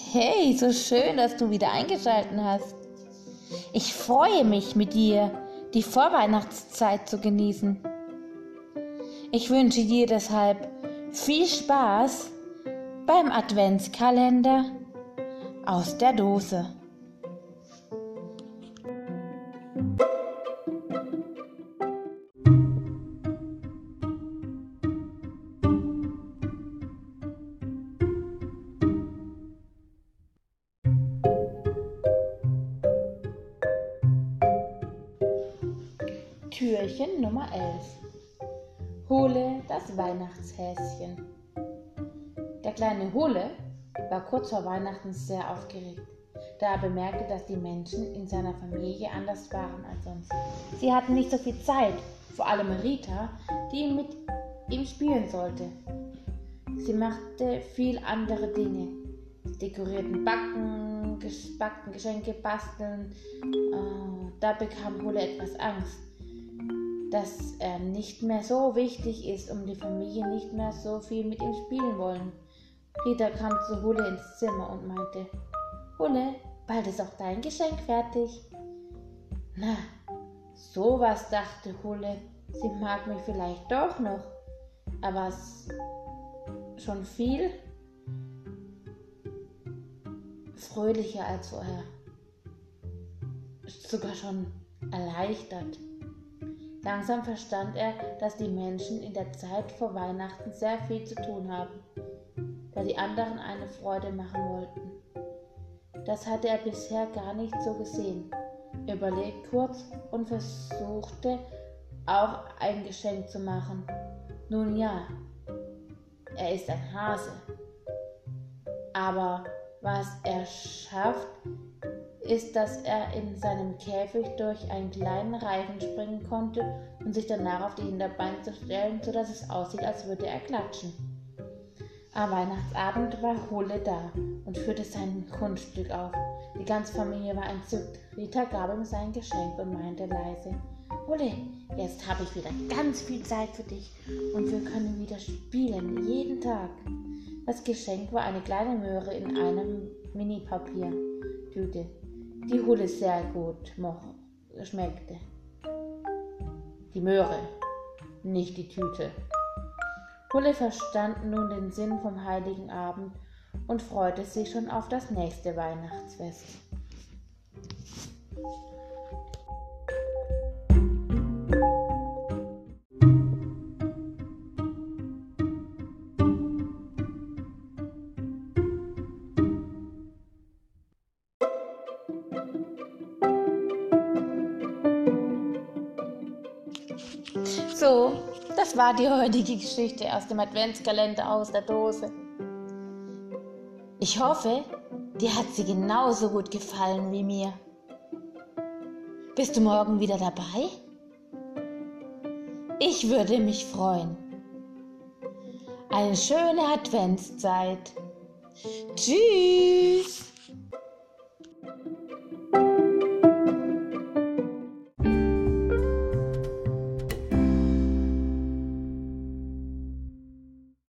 Hey, so schön, dass du wieder eingeschaltet hast. Ich freue mich, mit dir die Vorweihnachtszeit zu genießen. Ich wünsche dir deshalb viel Spaß beim Adventskalender aus der Dose. Türchen Nummer 11. Hole das Weihnachtshäschen. Der kleine Hole war kurz vor Weihnachten sehr aufgeregt, da er bemerkte, dass die Menschen in seiner Familie anders waren als sonst. Sie hatten nicht so viel Zeit, vor allem Rita, die mit ihm spielen sollte. Sie machte viel andere Dinge. Sie dekorierten Backen, Geschenke basteln. Da bekam Hole etwas Angst, dass er nicht mehr so wichtig ist und die Familie nicht mehr so viel mit ihm spielen wollen. Rita kam zu Hole ins Zimmer und meinte: Hole, bald ist auch dein Geschenk fertig. Na, sowas, dachte Hole, sie mag mich vielleicht doch noch, aber schon viel fröhlicher als vorher, sogar schon erleichtert. Langsam verstand er, dass die Menschen in der Zeit vor Weihnachten sehr viel zu tun haben, da die anderen eine Freude machen wollten. Das hatte er bisher gar nicht so gesehen. Er überlegte kurz und versuchte auch ein Geschenk zu machen. Nun ja, er ist ein Hase. Aber was er schafft, ist, dass er in seinem Käfig durch einen kleinen Reifen springen konnte und sich danach auf die Hinterbeine zu stellen, sodass es aussieht, als würde er klatschen. Am Weihnachtsabend war Hole da und führte sein Kunststück auf. Die ganze Familie war entzückt. Rita gab ihm sein Geschenk und meinte leise: Hole, jetzt habe ich wieder ganz viel Zeit für dich und wir können wieder spielen, jeden Tag. Das Geschenk war eine kleine Möhre in einem Mini-Papiertüte, die Hole sehr gut schmeckte. Die Möhre, nicht die Tüte. Hole verstand nun den Sinn vom Heiligen Abend und freute sich schon auf das nächste Weihnachtsfest. So, das war die heutige Geschichte aus dem Adventskalender aus der Dose. Ich hoffe, dir hat sie genauso gut gefallen wie mir. Bist du morgen wieder dabei? Ich würde mich freuen. Eine schöne Adventszeit. Tschüss!